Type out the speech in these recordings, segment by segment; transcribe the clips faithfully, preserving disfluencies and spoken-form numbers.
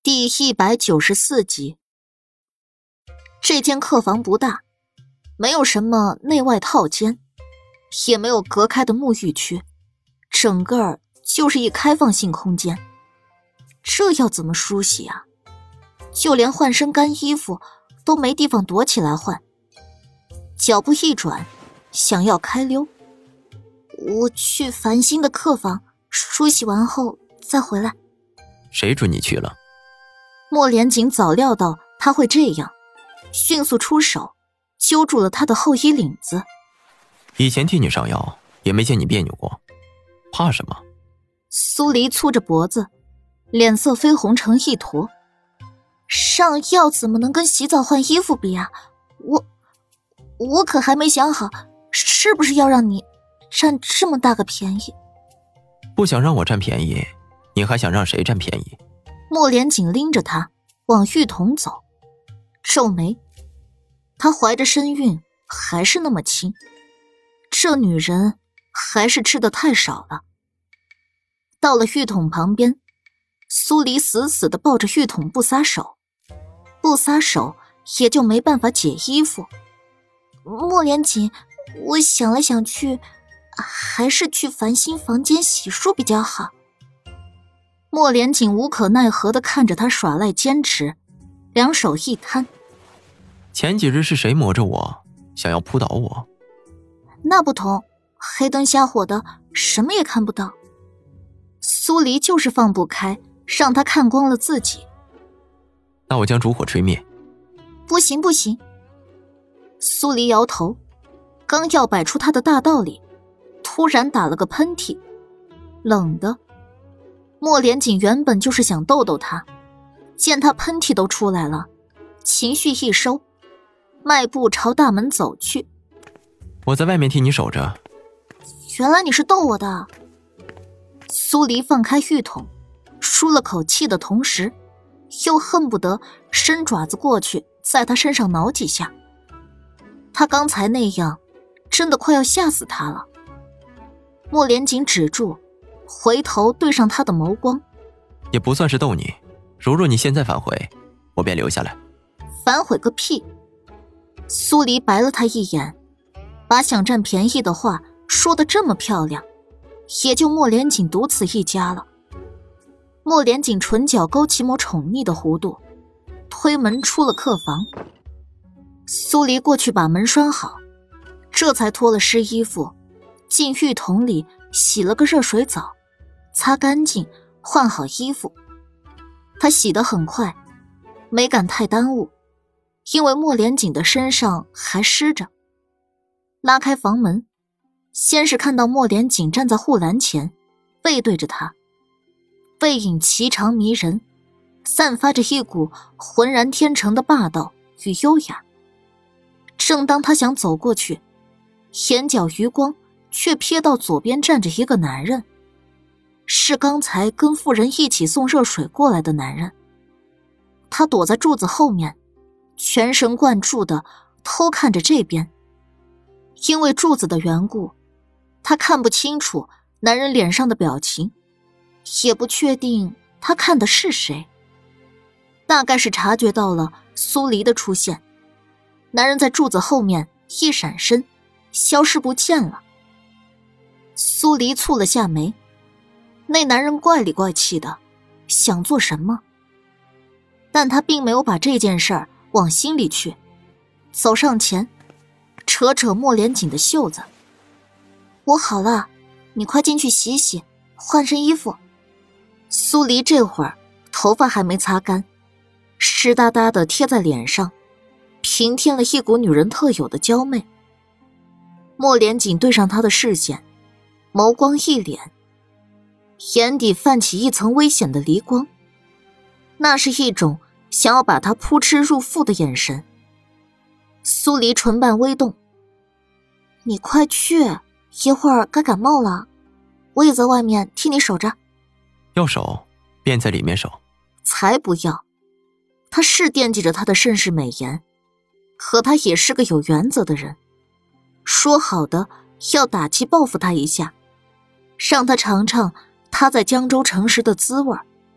第一百九十四集。这间客房不大，没有什么内外套间，也没有隔开的沐浴区，整个儿就是一开放性空间。这要怎么梳洗啊？就连换身干衣服都没地方躲起来换。脚步一转，想要开溜。我去繁星的客房梳洗完后再回来。 谁准你去了？ 莫连锦早料到他会这样，迅速出手揪住了他的后衣领子。 以前替你上药也没见你别扭过，怕什么？ 苏黎粗着脖子，脸色绯红成一坨。上药怎么能跟洗澡换衣服比啊？我我可还没想好是不是要让你占这么大个便宜。 不想让我占便宜，你还想让谁占便宜？ 莫连锦拎着他往浴桶走，皱眉。他怀着身孕还是那么轻，这女人还是吃得太少了。到了浴桶旁边，苏黎死死地抱着浴桶不撒手，不撒手也就没办法解衣服。莫连锦，我想来想去，还是去繁星房间洗漱比较好。莫连锦无可奈何地看着他耍赖坚持，两手一摊。 前几日是谁摸着我，想要扑倒我？ 那不同，黑灯瞎火的，什么也看不到。苏黎就是放不开，让他看光了自己。 那我将烛火吹灭。 不行不行。苏黎摇头，刚要摆出他的大道理，突然打了个喷嚏，冷的。莫连锦原本就是想逗逗他，见他喷嚏都出来了，情绪一收，迈步朝大门走去。 我在外面替你守着。 原来你是逗我的。苏黎放开浴桶，舒了口气的同时，又恨不得伸爪子过去在他身上挠几下。他刚才那样真的快要吓死他了。莫连锦止住，回头对上他的眸光。 也不算是逗你，如若你现在反悔，我便留下来。 反悔个屁。苏黎白了他一眼，把想占便宜的话说得这么漂亮，也就莫连锦独此一家了。莫连锦唇角勾起抹宠溺的弧度，推门出了客房。苏黎过去把门拴好，这才脱了湿衣服，进浴桶里洗了个热水澡，擦干净，换好衣服。他洗得很快，没敢太耽误，因为莫连锦的身上还湿着。拉开房门，先是看到莫连锦站在护栏前，背对着他，背影颀长迷人，散发着一股浑然天成的霸道与优雅。正当他想走过去，眼角余光却瞥到左边站着一个男人，是刚才跟妇人一起送热水过来的男人。他躲在柱子后面，全神贯注地偷看着这边。因为柱子的缘故，他看不清楚男人脸上的表情，也不确定他看的是谁。大概是察觉到了苏黎的出现，男人在柱子后面一闪身，消失不见了。苏黎蹙了下眉，那男人怪里怪气的，想做什么？但他并没有把这件事儿往心里去，走上前，扯扯莫连锦的袖子。我好了，你快进去洗洗，换身衣服。苏黎这会儿头发还没擦干，湿哒哒的贴在脸上，平添了一股女人特有的娇媚。莫连锦对上他的视线，眸光一敛，眼底泛起一层危险的离光，那是一种想要把他扑哧入腹的眼神。苏黎唇瓣微动，你快去，一会儿该感冒了，我也在外面替你守着。 要守便在里面守。 才不要。他是惦记着他的盛世美颜，可他也是个有原则的人，说好的要打击报复他一下，让他尝尝他在江州城时的滋味。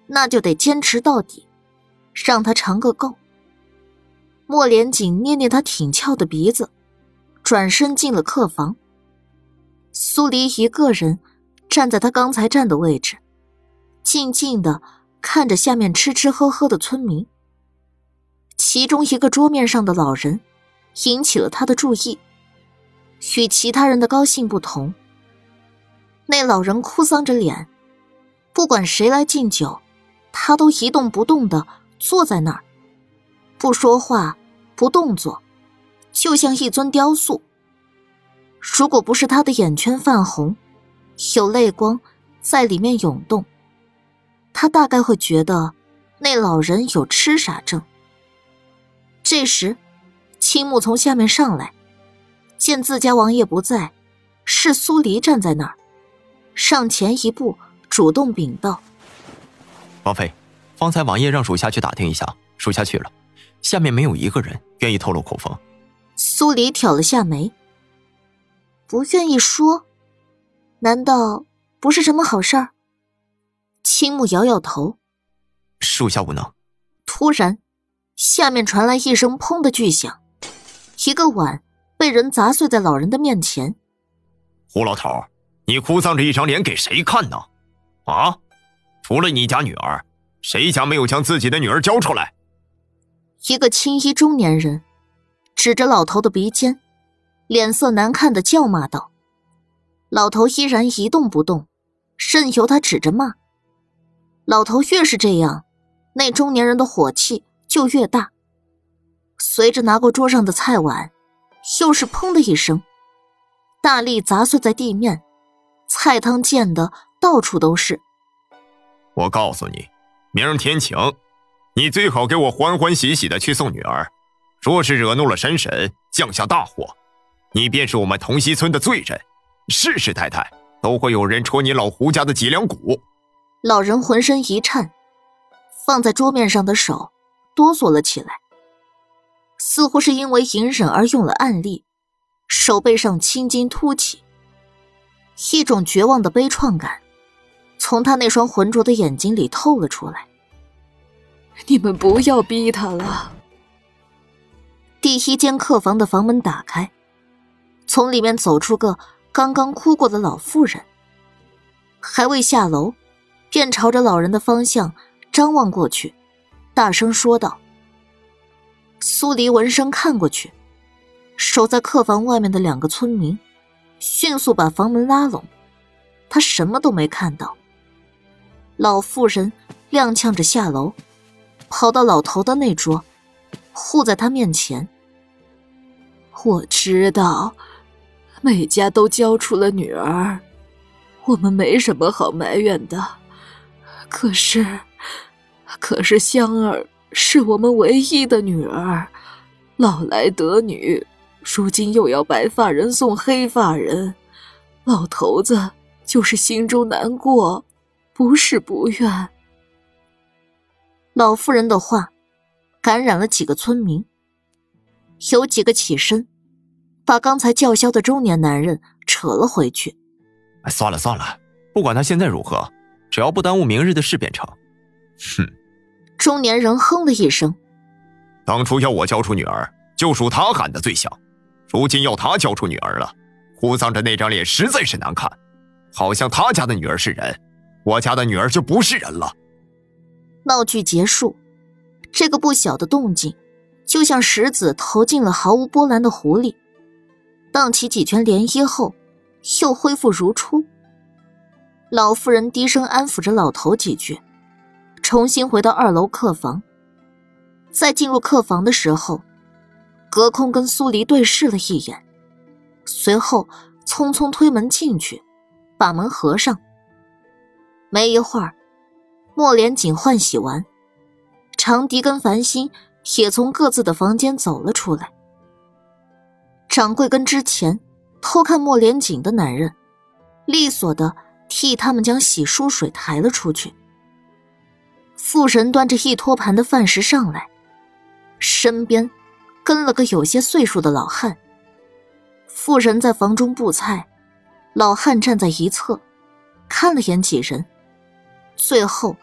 那就得坚持到底，让他尝个够。莫连锦捏捏他挺翘的鼻子，转身进了客房。苏黎一个人站在他刚才站的位置，静静地看着下面吃吃喝喝的村民。其中一个桌面上的老人引起了他的注意，与其他人的高兴不同，那老人哭丧着脸，不管谁来敬酒，他都一动不动地坐在那儿，不说话，不动作，就像一尊雕塑。如果不是他的眼圈泛红，有泪光在里面涌动，他大概会觉得那老人有痴傻症。这时青木从下面上来，见自家王爷不在，是苏黎站在那儿，上前一步主动禀道： 王妃，方才王爷让属下去打听一下，属下去了，下面没有一个人愿意透露口风。 苏黎挑了下眉，不愿意说？难道不是什么好事儿？青木摇摇头， 属下无能。 突然下面传来一声砰的巨响，一个碗被人砸碎在老人的面前。 胡老头，你哭丧着一张脸给谁看呢？啊？除了你家女儿，谁家没有将自己的女儿交出来？ 一个青衣中年人指着老头的鼻尖，脸色难看地叫骂道。老头依然一动不动，任由他指着骂。老头越是这样，那中年人的火气就越大。随着拿过桌上的菜碗，又是砰的一声，大力砸碎在地面，菜汤溅得到处都是。 我告诉你，明儿天晴，你最好给我欢欢喜喜的去送女儿。若是惹怒了山神，降下大祸，你便是我们同溪村的罪人，世世代代都会有人戳你老胡家的脊梁骨。 老人浑身一颤，放在桌面上的手哆嗦了起来，似乎是因为隐忍而用了暗力，手背上青筋凸起，一种绝望的悲怆感从他那双浑浊的眼睛里透了出来。 你们不要逼他了。 第一间客房的房门打开，从里面走出个刚刚哭过的老妇人，还未下楼，便朝着老人的方向张望过去，大声说道。苏黎闻声看过去，守在客房外面的两个村民迅速把房门拉拢，他什么都没看到。老妇人踉跄着下楼，跑到老头的那桌，护在他面前。 我知道，每家都交出了女儿，我们没什么好埋怨的。可是，可是香儿是我们唯一的女儿，老来得女，如今又要白发人送黑发人，老头子就是心中难过，不是不愿。 老妇人的话感染了几个村民，有几个起身，把刚才叫嚣的中年男人扯了回去。 哎，算了算了，不管他现在如何，只要不耽误明日的事便成。 哼！ 中年人哼了一声。 当初要我交出女儿，就属他喊的最响。如今要他交出女儿了，哭丧着那张脸实在是难看，好像他家的女儿是人，我家的女儿就不是人了。 闹剧结束，这个不小的动静就像石子投进了毫无波澜的湖里，荡起几圈涟漪后又恢复如初。老妇人低声安抚着老头几句，重新回到二楼客房。在进入客房的时候，隔空跟苏黎对视了一眼，随后匆匆推门进去，把门合上。没一会儿，莫连锦换洗完，长笛跟繁星也从各自的房间走了出来。掌柜跟之前偷看莫连锦的男人利索地替他们将洗漱水抬了出去。妇人端着一托盘的饭食上来，身边跟了个有些岁数的老汉。妇人在房中布菜，老汉站在一侧，看了眼几人，最后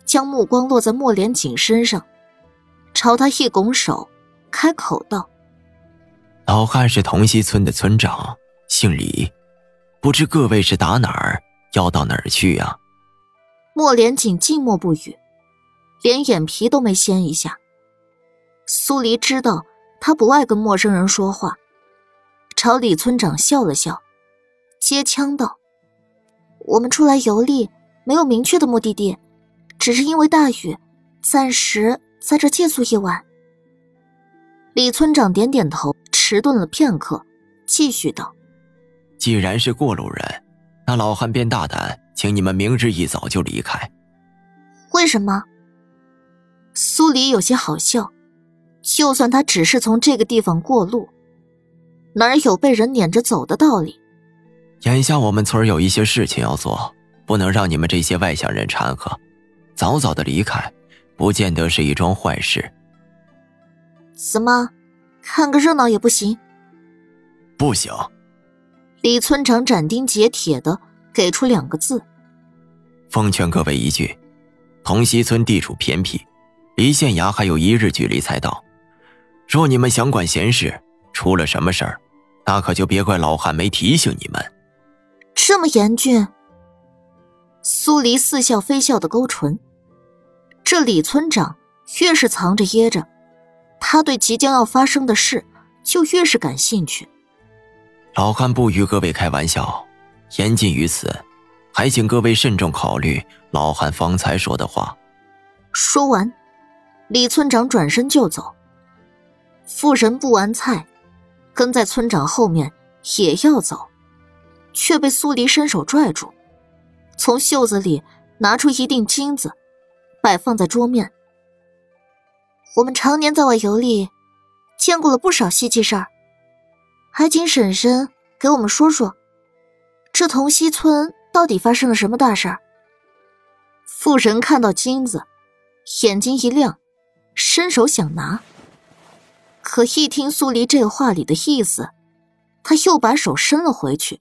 将目光落在莫连锦身上，朝他一拱手，开口道： 老汉是同溪村的村长，姓李，不知各位是打哪儿，要到哪儿去啊？ 莫连锦静默不语，连眼皮都没掀一下。苏黎知道他不爱跟陌生人说话，朝李村长笑了笑，接腔道：我们出来游历，没有明确的目的地，只是因为大雨，暂时在这借宿一晚。李村长点点头，迟钝了片刻，继续道： 既然是过路人，那老汉便大胆，请你们明日一早就离开。 为什么？苏黎有些好笑，就算他只是从这个地方过路，哪儿有被人撵着走的道理？ 眼下我们村有一些事情要做，不能让你们这些外乡人掺和，早早的离开，不见得是一桩坏事。 怎么，看个热闹也不行？ 不行。 李村长斩钉截铁地给出两个字。 奉劝各位一句，同溪村地处偏僻，离县衙还有一日距离才到。若你们想管闲事，出了什么事儿，那可就别怪老汉没提醒你们。 这么严峻？苏黎似笑非笑的勾唇。这李村长越是藏着掖着，他对即将要发生的事就越是感兴趣。 老汉不与各位开玩笑，言尽于此，还请各位慎重考虑老汉方才说的话。 说完，李村长转身就走。妇人不完菜，跟在村长后面也要走，却被苏黎伸手拽住，从袖子里拿出一锭金子，摆放在桌面。我们常年在外游历，见过了不少稀奇事儿，还请婶婶给我们说说，这同溪村到底发生了什么大事儿？妇人看到金子，眼睛一亮，伸手想拿，可一听苏黎这话里的意思，他又把手伸了回去。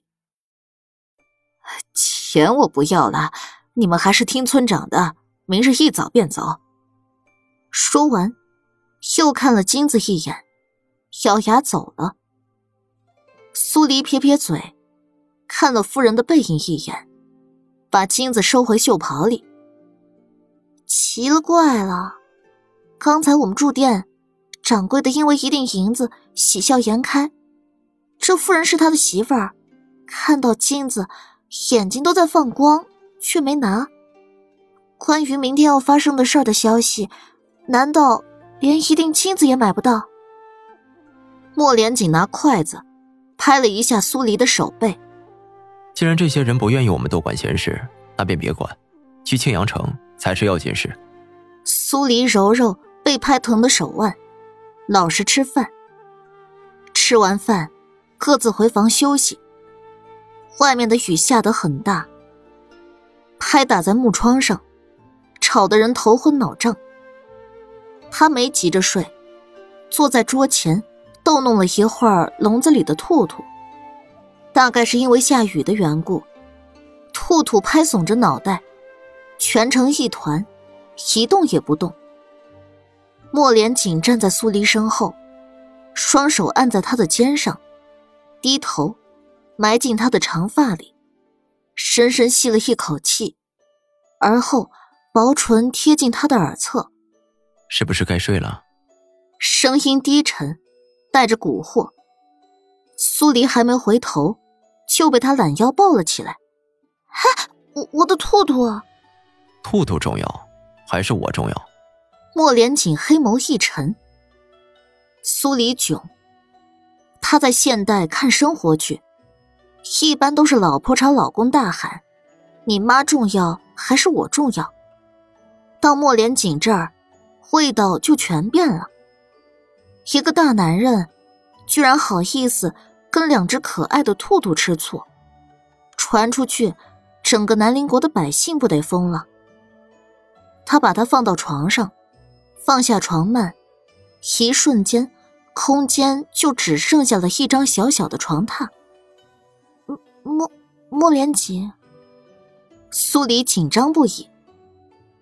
钱我不要了，你们还是听村长的，明日一早便走。说完，又看了金子一眼，咬牙走了。苏黎撇撇嘴，看了夫人的背影一眼，把金子收回袖袍里。奇了怪了，刚才我们住店，掌柜的因为一锭银子喜笑颜开，这夫人是他的媳妇儿，看到金子眼睛都在放光，却没拿。关于明天要发生的事儿的消息，难道连一锭金子也买不到？莫连锦拿筷子拍了一下苏黎的手背。 既然这些人不愿意我们多管闲事，那便别管，去庆阳城才是要紧事。 苏黎揉揉被拍疼的手腕，老实吃饭。吃完饭，各自回房休息。外面的雨下得很大，拍打在木窗上，吵得人头昏脑胀。他没急着睡，坐在桌前逗弄了一会儿笼子里的兔兔。大概是因为下雨的缘故，兔兔拍耸着脑袋，蜷成一团，一动也不动。莫连锦站在苏黎身后，双手按在他的肩上，低头埋进他的长发里，深深吸了一口气，而后薄唇贴近他的耳侧。 是不是该睡了？ 声音低沉，带着蛊惑。苏黎还没回头，就被他揽腰抱了起来。嘿，我我的兔兔啊！ 兔兔重要，还是我重要？ 莫连锦黑眸一沉。苏黎囧，他在现代看生活剧，一般都是老婆朝老公大喊：“你妈重要还是我重要？”到莫连锦这儿，味道就全变了。一个大男人，居然好意思跟两只可爱的兔兔吃醋，传出去，整个南陵国的百姓不得疯了。他把它放到床上，放下床幔，一瞬间，空间就只剩下了一张小小的床榻。莫莫连锦，苏黎紧张不已。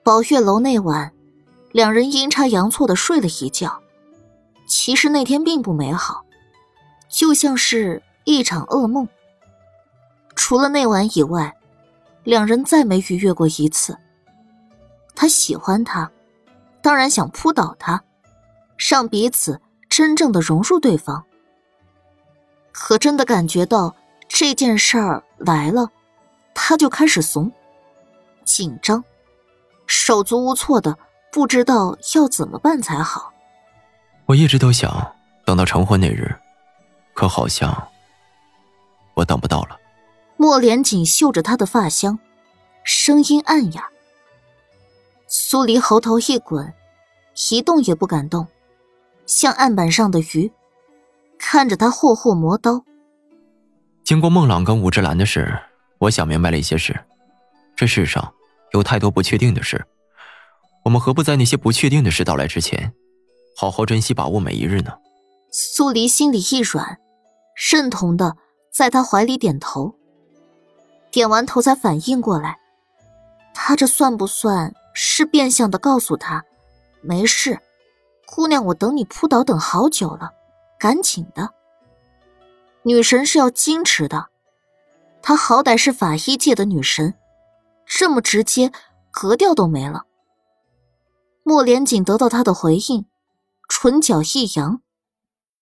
宝月楼那晚，两人阴差阳错地睡了一觉。其实那天并不美好，就像是一场噩梦。除了那晚以外，两人再没愉悦过一次。他喜欢她，当然想扑倒她，让彼此真正的融入对方。可真的感觉到这件事儿来了，他就开始怂，紧张，手足无措的不知道要怎么办才好。 我一直都想等到成婚那日，可好像我等不到了。 莫连锦嗅着他的发香，声音暗哑。苏黎喉头一滚，一动也不敢动，像案板上的鱼，看着他霍霍磨刀。 经过孟朗跟武之兰的事，我想明白了一些事。这世上有太多不确定的事，我们何不在那些不确定的事到来之前，好好珍惜把握每一日呢？ 苏黎心里一软，认同的在他怀里点头。点完头才反应过来，他这算不算是变相的告诉他，没事，姑娘我等你扑倒等好久了，赶紧的。女神是要矜持的，她好歹是法医界的女神，这么直接，格调都没了。莫连锦得到她的回应，唇角一扬，